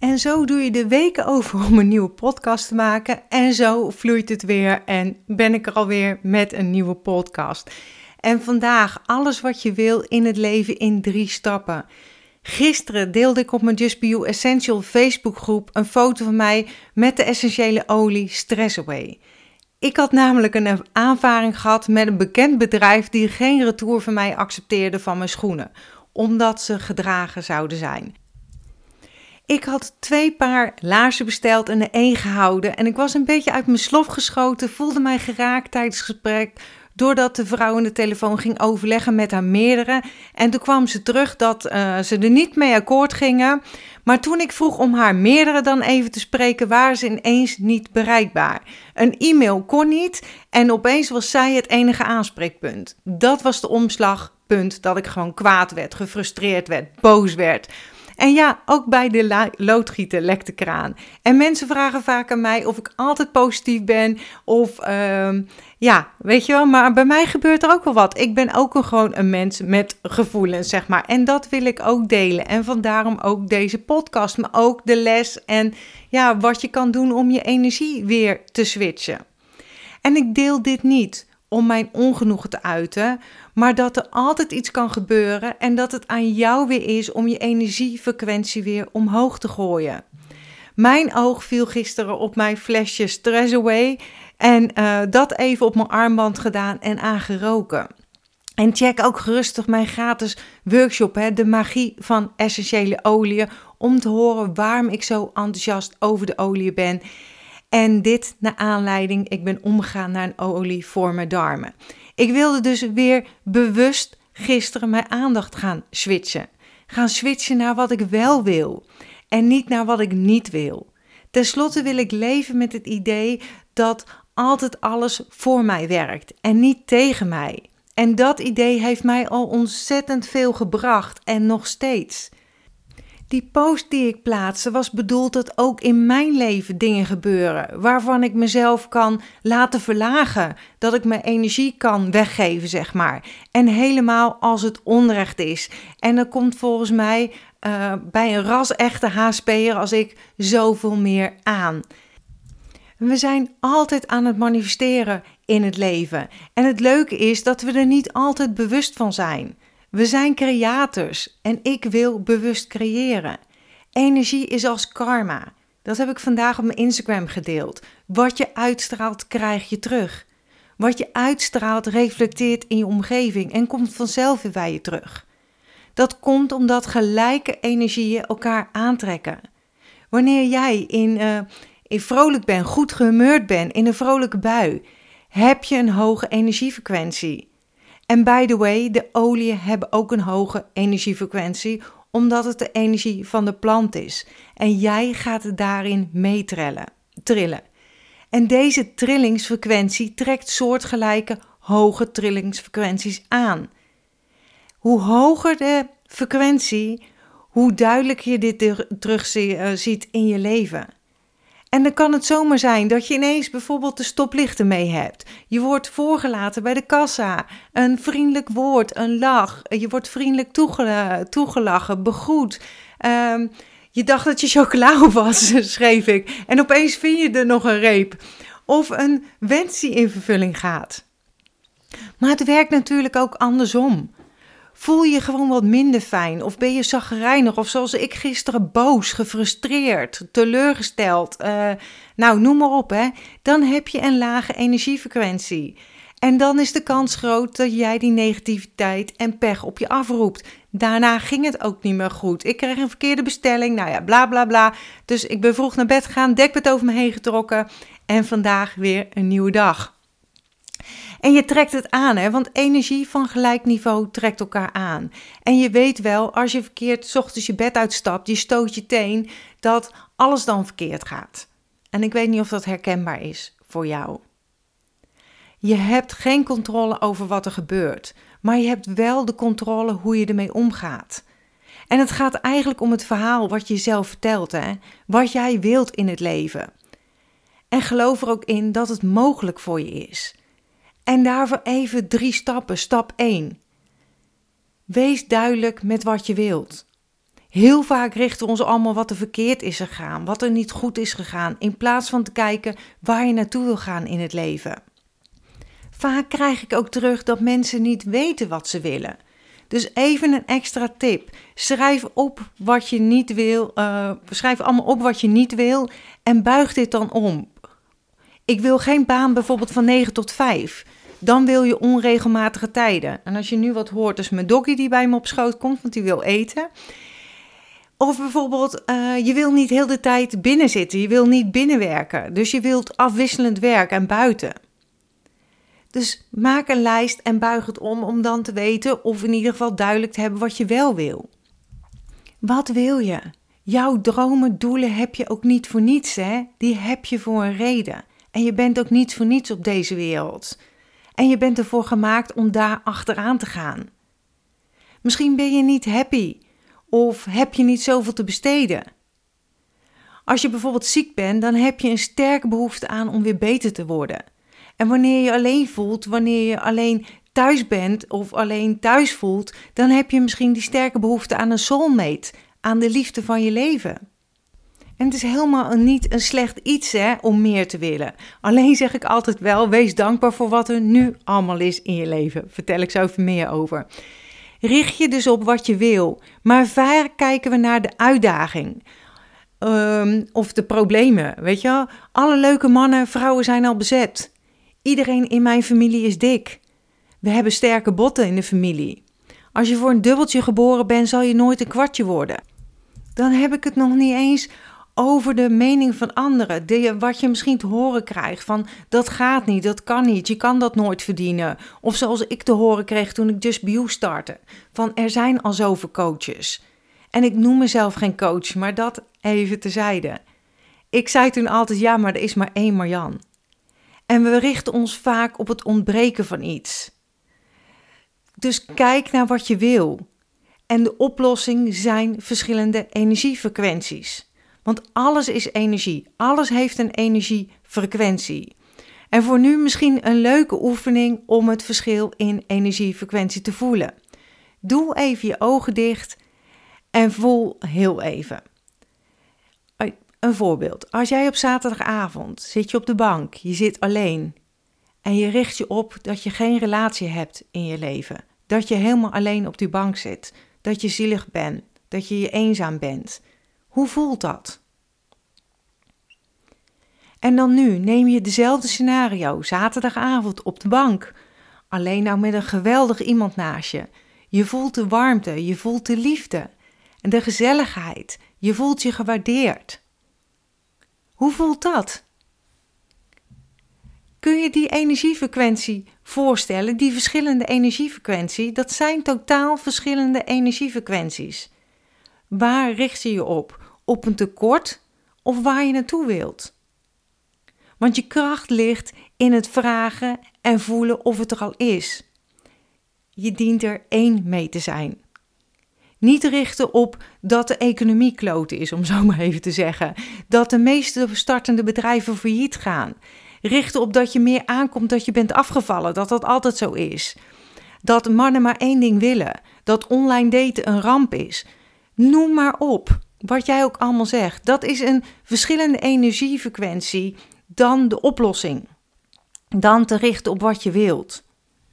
En zo doe je de weken over om een nieuwe podcast te maken. En zo vloeit het weer en ben ik er alweer met een nieuwe podcast. En vandaag alles wat je wil in het leven in 3 stappen. Gisteren deelde ik op mijn Just Be You Essential Facebookgroep een foto van mij met de essentiële olie Stress Away. Ik had namelijk een aanvaring gehad met een bekend bedrijf die geen retour van mij accepteerde van mijn schoenen, omdat ze gedragen zouden zijn. Ik had 2 paar laarzen besteld en er 1 gehouden en ik was een beetje uit mijn slof geschoten, voelde mij geraakt tijdens het gesprek, doordat de vrouw aan de telefoon ging overleggen met haar meerdere. En toen kwam ze terug dat ze er niet mee akkoord gingen. Maar toen ik vroeg om haar meerdere dan even te spreken, waren ze ineens niet bereikbaar. Een e-mail kon niet en opeens was zij het enige aanspreekpunt. Dat was de omslagpunt dat ik gewoon kwaad werd, gefrustreerd werd, boos werd. En ja, ook bij de loodgieter lekt de kraan. En mensen vragen vaak aan mij of ik altijd positief ben of weet je wel. Maar bij mij gebeurt er ook wel wat. Ik ben ook gewoon een mens met gevoelens, zeg maar. En dat wil ik ook delen. En vandaarom ook deze podcast, maar ook de les en ja, wat je kan doen om je energie weer te switchen. En ik deel dit niet om mijn ongenoegen te uiten, maar dat er altijd iets kan gebeuren en dat het aan jou weer is om je energiefrequentie weer omhoog te gooien. Mijn oog viel gisteren op mijn flesje Stress Away en dat even op mijn armband gedaan en aangeroken. En check ook gerustig mijn gratis workshop, de magie van essentiële oliën, om te horen waarom ik zo enthousiast over de oliën ben. En dit naar aanleiding, ik ben omgegaan naar een olie voor mijn darmen. Ik wilde dus weer bewust gisteren mijn aandacht gaan switchen. Gaan switchen naar wat ik wel wil en niet naar wat ik niet wil. Ten slotte wil ik leven met het idee dat altijd alles voor mij werkt en niet tegen mij. En dat idee heeft mij al ontzettend veel gebracht en nog steeds. Die post die ik plaatste was bedoeld dat ook in mijn leven dingen gebeuren waarvan ik mezelf kan laten verlagen. Dat ik mijn energie kan weggeven, zeg maar. En helemaal als het onrecht is. En er komt volgens mij bij een ras-echte HSP'er als ik zoveel meer aan. We zijn altijd aan het manifesteren in het leven. En het leuke is dat we er niet altijd bewust van zijn. We zijn creators en ik wil bewust creëren. Energie is als karma. Dat heb ik vandaag op mijn Instagram gedeeld. Wat je uitstraalt, krijg je terug. Wat je uitstraalt, reflecteert in je omgeving en komt vanzelf weer bij je terug. Dat komt omdat gelijke energieën elkaar aantrekken. Wanneer jij in vrolijk bent, goed gehumeurd bent, in een vrolijke bui, heb je een hoge energiefrequentie. En by the way, de oliën hebben ook een hoge energiefrequentie, omdat het de energie van de plant is. En jij gaat daarin trillen. En deze trillingsfrequentie trekt soortgelijke hoge trillingsfrequenties aan. Hoe hoger de frequentie, hoe duidelijker je dit terugziet in je leven. En dan kan het zomaar zijn dat je ineens bijvoorbeeld de stoplichten mee hebt. Je wordt voorgelaten bij de kassa. Een vriendelijk woord, een lach. Je wordt vriendelijk toegelachen, begroet. Je dacht dat je chocola op was, schreef ik. En opeens vind je er nog een reep. Of een wens die in vervulling gaat. Maar het werkt natuurlijk ook andersom. Voel je gewoon wat minder fijn of ben je chagrijnig of zoals ik gisteren boos, gefrustreerd, teleurgesteld, noem maar op, dan heb je een lage energiefrequentie. En dan is de kans groot dat jij die negativiteit en pech op je afroept. Daarna ging het ook niet meer goed. Ik kreeg een verkeerde bestelling, bla bla bla. Dus ik ben vroeg naar bed gegaan, dekbed over me heen getrokken en vandaag weer een nieuwe dag. En je trekt het aan, want energie van gelijk niveau trekt elkaar aan. En je weet wel, als je verkeerd 's ochtends je bed uitstapt, je stoot je teen, dat alles dan verkeerd gaat. En ik weet niet of dat herkenbaar is voor jou. Je hebt geen controle over wat er gebeurt, maar je hebt wel de controle hoe je ermee omgaat. En het gaat eigenlijk om het verhaal wat je jezelf vertelt, wat jij wilt in het leven. En geloof er ook in dat het mogelijk voor je is. En daarvoor even 3 stappen. Stap 1. Wees duidelijk met wat je wilt. Heel vaak richten we ons allemaal wat er verkeerd is gegaan, wat er niet goed is gegaan, in plaats van te kijken waar je naartoe wil gaan in het leven. Vaak krijg ik ook terug dat mensen niet weten wat ze willen. Dus even een extra tip. Schrijf op wat je niet wil. Schrijf allemaal op wat je niet wil en buig dit dan om. Ik wil geen baan bijvoorbeeld van 9 tot 5. Dan wil je onregelmatige tijden. En als je nu wat hoort, is mijn doggy die bij me op schoot komt, want die wil eten. Of bijvoorbeeld, je wil niet heel de tijd binnen zitten. Je wil niet binnenwerken. Dus je wilt afwisselend werk en buiten. Dus maak een lijst en buig het om dan te weten of in ieder geval duidelijk te hebben wat je wel wil. Wat wil je? Jouw dromen, doelen heb je ook niet voor niets, hè? Die heb je voor een reden. En je bent ook niet voor niets op deze wereld. En je bent ervoor gemaakt om daar achteraan te gaan. Misschien ben je niet happy of heb je niet zoveel te besteden. Als je bijvoorbeeld ziek bent, dan heb je een sterke behoefte aan om weer beter te worden. En wanneer je alleen voelt, wanneer je alleen thuis bent of alleen thuis voelt, dan heb je misschien die sterke behoefte aan een soulmate, aan de liefde van je leven. En het is helemaal niet een slecht iets om meer te willen. Alleen zeg ik altijd wel, wees dankbaar voor wat er nu allemaal is in je leven. Vertel ik zo even meer over. Richt je dus op wat je wil, maar vaak kijken we naar de uitdaging. Of de problemen, weet je wel. Alle leuke mannen, vrouwen zijn al bezet. Iedereen in mijn familie is dik. We hebben sterke botten in de familie. Als je voor een dubbeltje geboren bent, zal je nooit een kwartje worden. Dan heb ik het nog niet eens over de mening van anderen. Wat je misschien te horen krijgt van dat gaat niet, dat kan niet, je kan dat nooit verdienen. Of zoals ik te horen kreeg toen ik Just Be You startte. Van er zijn al zoveel coaches. En ik noem mezelf geen coach, maar dat even tezijde. Ik zei toen altijd ja, maar er is maar één Marjan. En we richten ons vaak op het ontbreken van iets. Dus kijk naar wat je wil. En de oplossing zijn verschillende energiefrequenties. Want alles is energie. Alles heeft een energiefrequentie. En voor nu misschien een leuke oefening om het verschil in energiefrequentie te voelen. Doe even je ogen dicht en voel heel even. Een voorbeeld. Als jij op zaterdagavond zit je op de bank, je zit alleen en je richt je op dat je geen relatie hebt in je leven. Dat je helemaal alleen op die bank zit. Dat je zielig bent. Dat je eenzaam bent. Hoe voelt dat? En dan nu neem je dezelfde scenario, zaterdagavond op de bank. Alleen nou met een geweldig iemand naast je. Je voelt de warmte, je voelt de liefde en de gezelligheid. Je voelt je gewaardeerd. Hoe voelt dat? Kun je die energiefrequentie voorstellen? Die verschillende energiefrequentie, dat zijn totaal verschillende energiefrequenties. Waar richt je je op? Op een tekort of waar je naartoe wilt? Want je kracht ligt in het vragen en voelen of het er al is. Je dient er één mee te zijn. Niet richten op dat de economie kloten is, om zo maar even te zeggen. Dat de meeste startende bedrijven failliet gaan. Richten op dat je meer aankomt, dat je bent afgevallen, dat dat altijd zo is. Dat mannen maar één ding willen. Dat online daten een ramp is. Noem maar op, wat jij ook allemaal zegt. Dat is een verschillende energiefrequentie dan de oplossing. Dan te richten op wat je wilt.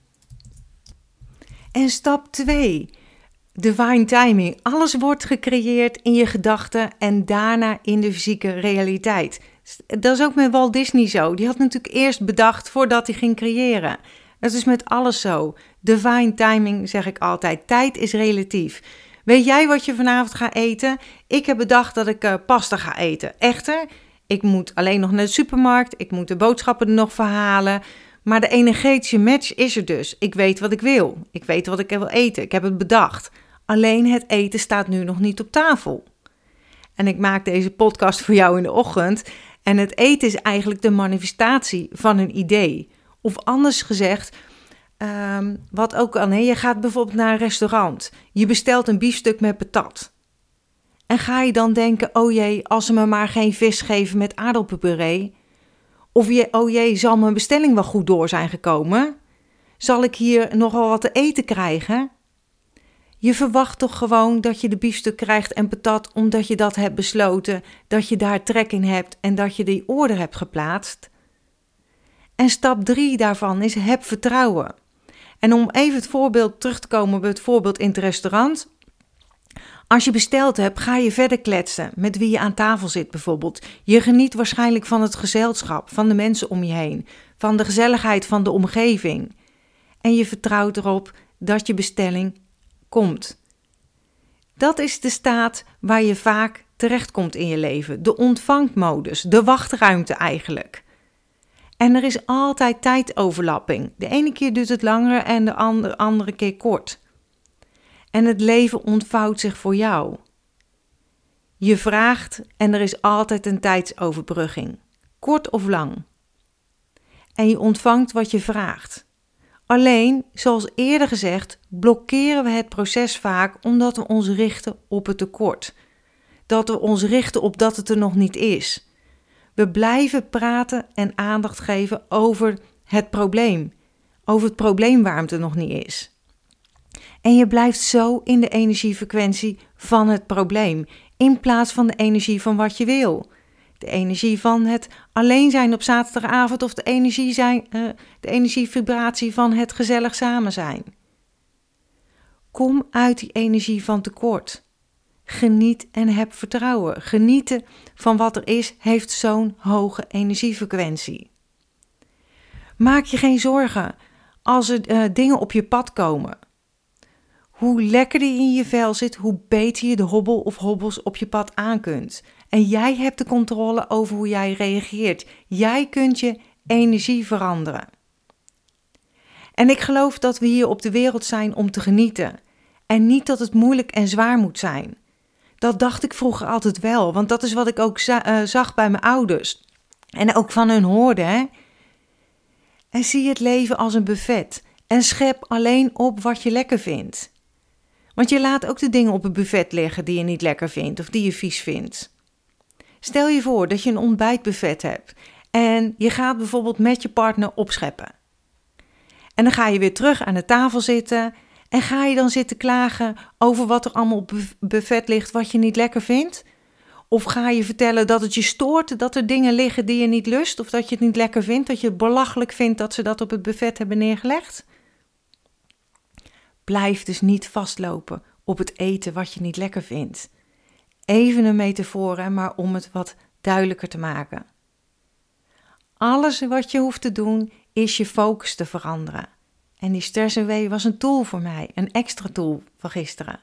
En stap 2. Divine timing. Alles wordt gecreëerd in je gedachten en daarna in de fysieke realiteit. Dat is ook met Walt Disney zo. Die had natuurlijk eerst bedacht voordat hij ging creëren. Dat is met alles zo. Divine timing zeg ik altijd. Tijd is relatief. Weet jij wat je vanavond gaat eten? Ik heb bedacht dat ik pasta ga eten. Echter, ik moet alleen nog naar de supermarkt. Ik moet de boodschappen er nog verhalen. Maar de energetische match is er dus. Ik weet wat ik wil. Ik weet wat ik wil eten. Ik heb het bedacht. Alleen het eten staat nu nog niet op tafel. En ik maak deze podcast voor jou in de ochtend. En het eten is eigenlijk de manifestatie van een idee. Of anders gezegd, wat ook al. Je gaat bijvoorbeeld naar een restaurant. Je bestelt een biefstuk met patat. En ga je dan denken, oh jee, als ze me maar geen vis geven met aardappelpuree. Of oh jee, zal mijn bestelling wel goed door zijn gekomen? Zal ik hier nogal wat te eten krijgen? Je verwacht toch gewoon dat je de biefstuk krijgt en patat omdat je dat hebt besloten, dat je daar trek in hebt en dat je die order hebt geplaatst. En stap 3 daarvan is heb vertrouwen. En om even het voorbeeld terug te komen bij het voorbeeld in het restaurant. Als je besteld hebt, ga je verder kletsen met wie je aan tafel zit bijvoorbeeld. Je geniet waarschijnlijk van het gezelschap, van de mensen om je heen, van de gezelligheid van de omgeving. En je vertrouwt erop dat je bestelling komt. Dat is de staat waar je vaak terechtkomt in je leven. De ontvangmodus, de wachtruimte eigenlijk. En er is altijd tijdoverlapping. De ene keer duurt het langer en de andere keer kort. En het leven ontvouwt zich voor jou. Je vraagt en er is altijd een tijdsoverbrugging. Kort of lang. En je ontvangt wat je vraagt. Alleen, zoals eerder gezegd, blokkeren we het proces vaak omdat we ons richten op het tekort. Dat we ons richten op dat het er nog niet is. We blijven praten en aandacht geven over het probleem. Over het probleem waarom het er nog niet is. En je blijft zo in de energiefrequentie van het probleem, in plaats van de energie van wat je wil. De energie van het alleen zijn op zaterdagavond of de energievibratie van het gezellig samen zijn. Kom uit die energie van tekort. Geniet en heb vertrouwen. Genieten van wat er is, heeft zo'n hoge energiefrequentie. Maak je geen zorgen als er dingen op je pad komen. Hoe lekkerder je in je vel zit, hoe beter je de hobbel of hobbels op je pad aan kunt. En jij hebt de controle over hoe jij reageert. Jij kunt je energie veranderen. En ik geloof dat we hier op de wereld zijn om te genieten. En niet dat het moeilijk en zwaar moet zijn. Dat dacht ik vroeger altijd wel, want dat is wat ik ook zag bij mijn ouders. En ook van hun hoorde. Hè? En zie het leven als een buffet. En schep alleen op wat je lekker vindt. Want je laat ook de dingen op het buffet liggen die je niet lekker vindt of die je vies vindt. Stel je voor dat je een ontbijtbuffet hebt en je gaat bijvoorbeeld met je partner opscheppen. En dan ga je weer terug aan de tafel zitten en ga je dan zitten klagen over wat er allemaal op het buffet ligt wat je niet lekker vindt? Of ga je vertellen dat het je stoort dat er dingen liggen die je niet lust of dat je het niet lekker vindt, dat je het belachelijk vindt dat ze dat op het buffet hebben neergelegd? Blijf dus niet vastlopen op het eten wat je niet lekker vindt. Even een metafoor, maar om het wat duidelijker te maken. Alles wat je hoeft te doen is je focus te veranderen. En die Stress Away was een tool voor mij, een extra tool van gisteren.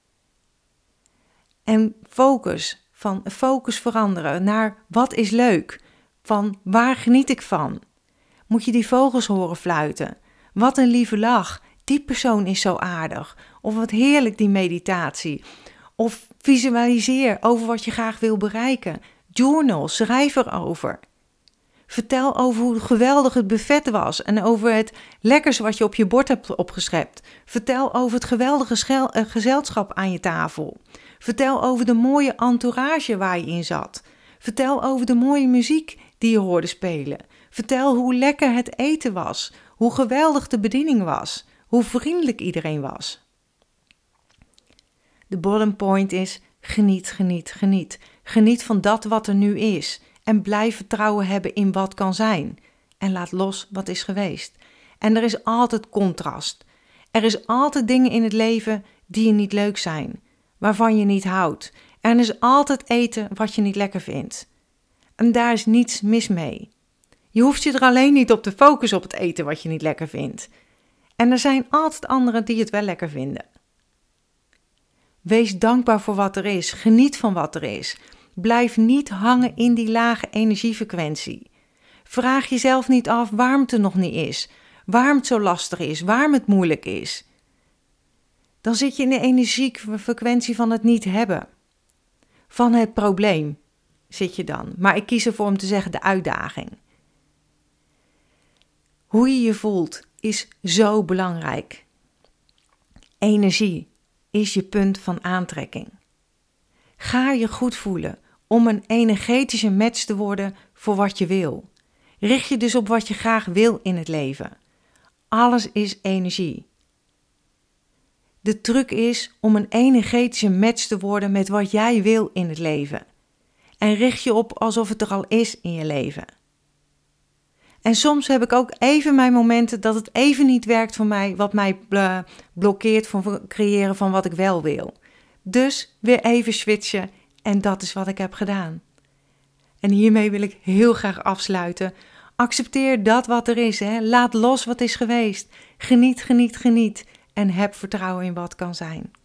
En van focus veranderen naar wat is leuk, van waar geniet ik van. Moet je die vogels horen fluiten? Wat een lieve lach. Die persoon is zo aardig. Of wat heerlijk die meditatie. Of visualiseer over wat je graag wil bereiken. Journal, schrijf erover. Vertel over hoe geweldig het buffet was en over het lekkers wat je op je bord hebt opgeschept. Vertel over het geweldige gezelschap aan je tafel. Vertel over de mooie entourage waar je in zat. Vertel over de mooie muziek die je hoorde spelen. Vertel hoe lekker het eten was, hoe geweldig de bediening was. Hoe vriendelijk iedereen was. De bottom point is geniet, geniet, geniet. Geniet van dat wat er nu is. En blijf vertrouwen hebben in wat kan zijn. En laat los wat is geweest. En er is altijd contrast. Er is altijd dingen in het leven die je niet leuk zijn. Waarvan je niet houdt. En er is altijd eten wat je niet lekker vindt. En daar is niets mis mee. Je hoeft je er alleen niet op te focussen op het eten wat je niet lekker vindt. En er zijn altijd anderen die het wel lekker vinden. Wees dankbaar voor wat er is. Geniet van wat er is. Blijf niet hangen in die lage energiefrequentie. Vraag jezelf niet af waarom het er nog niet is. Waarom het zo lastig is. Waarom het moeilijk is. Dan zit je in de energiefrequentie van het niet hebben. Van het probleem zit je dan. Maar ik kies ervoor om te zeggen de uitdaging. Hoe je je voelt is zo belangrijk. Energie is je punt van aantrekking. Ga je goed voelen om een energetische match te worden voor wat je wil. Richt je dus op wat je graag wil in het leven. Alles is energie. De truc is om een energetische match te worden met wat jij wil in het leven. En richt je op alsof het er al is in je leven. En soms heb ik ook even mijn momenten dat het even niet werkt voor mij, wat mij blokkeert van creëren van wat ik wel wil. Dus weer even switchen en dat is wat ik heb gedaan. En hiermee wil ik heel graag afsluiten. Accepteer dat wat er is. Laat los wat is geweest. Geniet, geniet, geniet. En heb vertrouwen in wat kan zijn.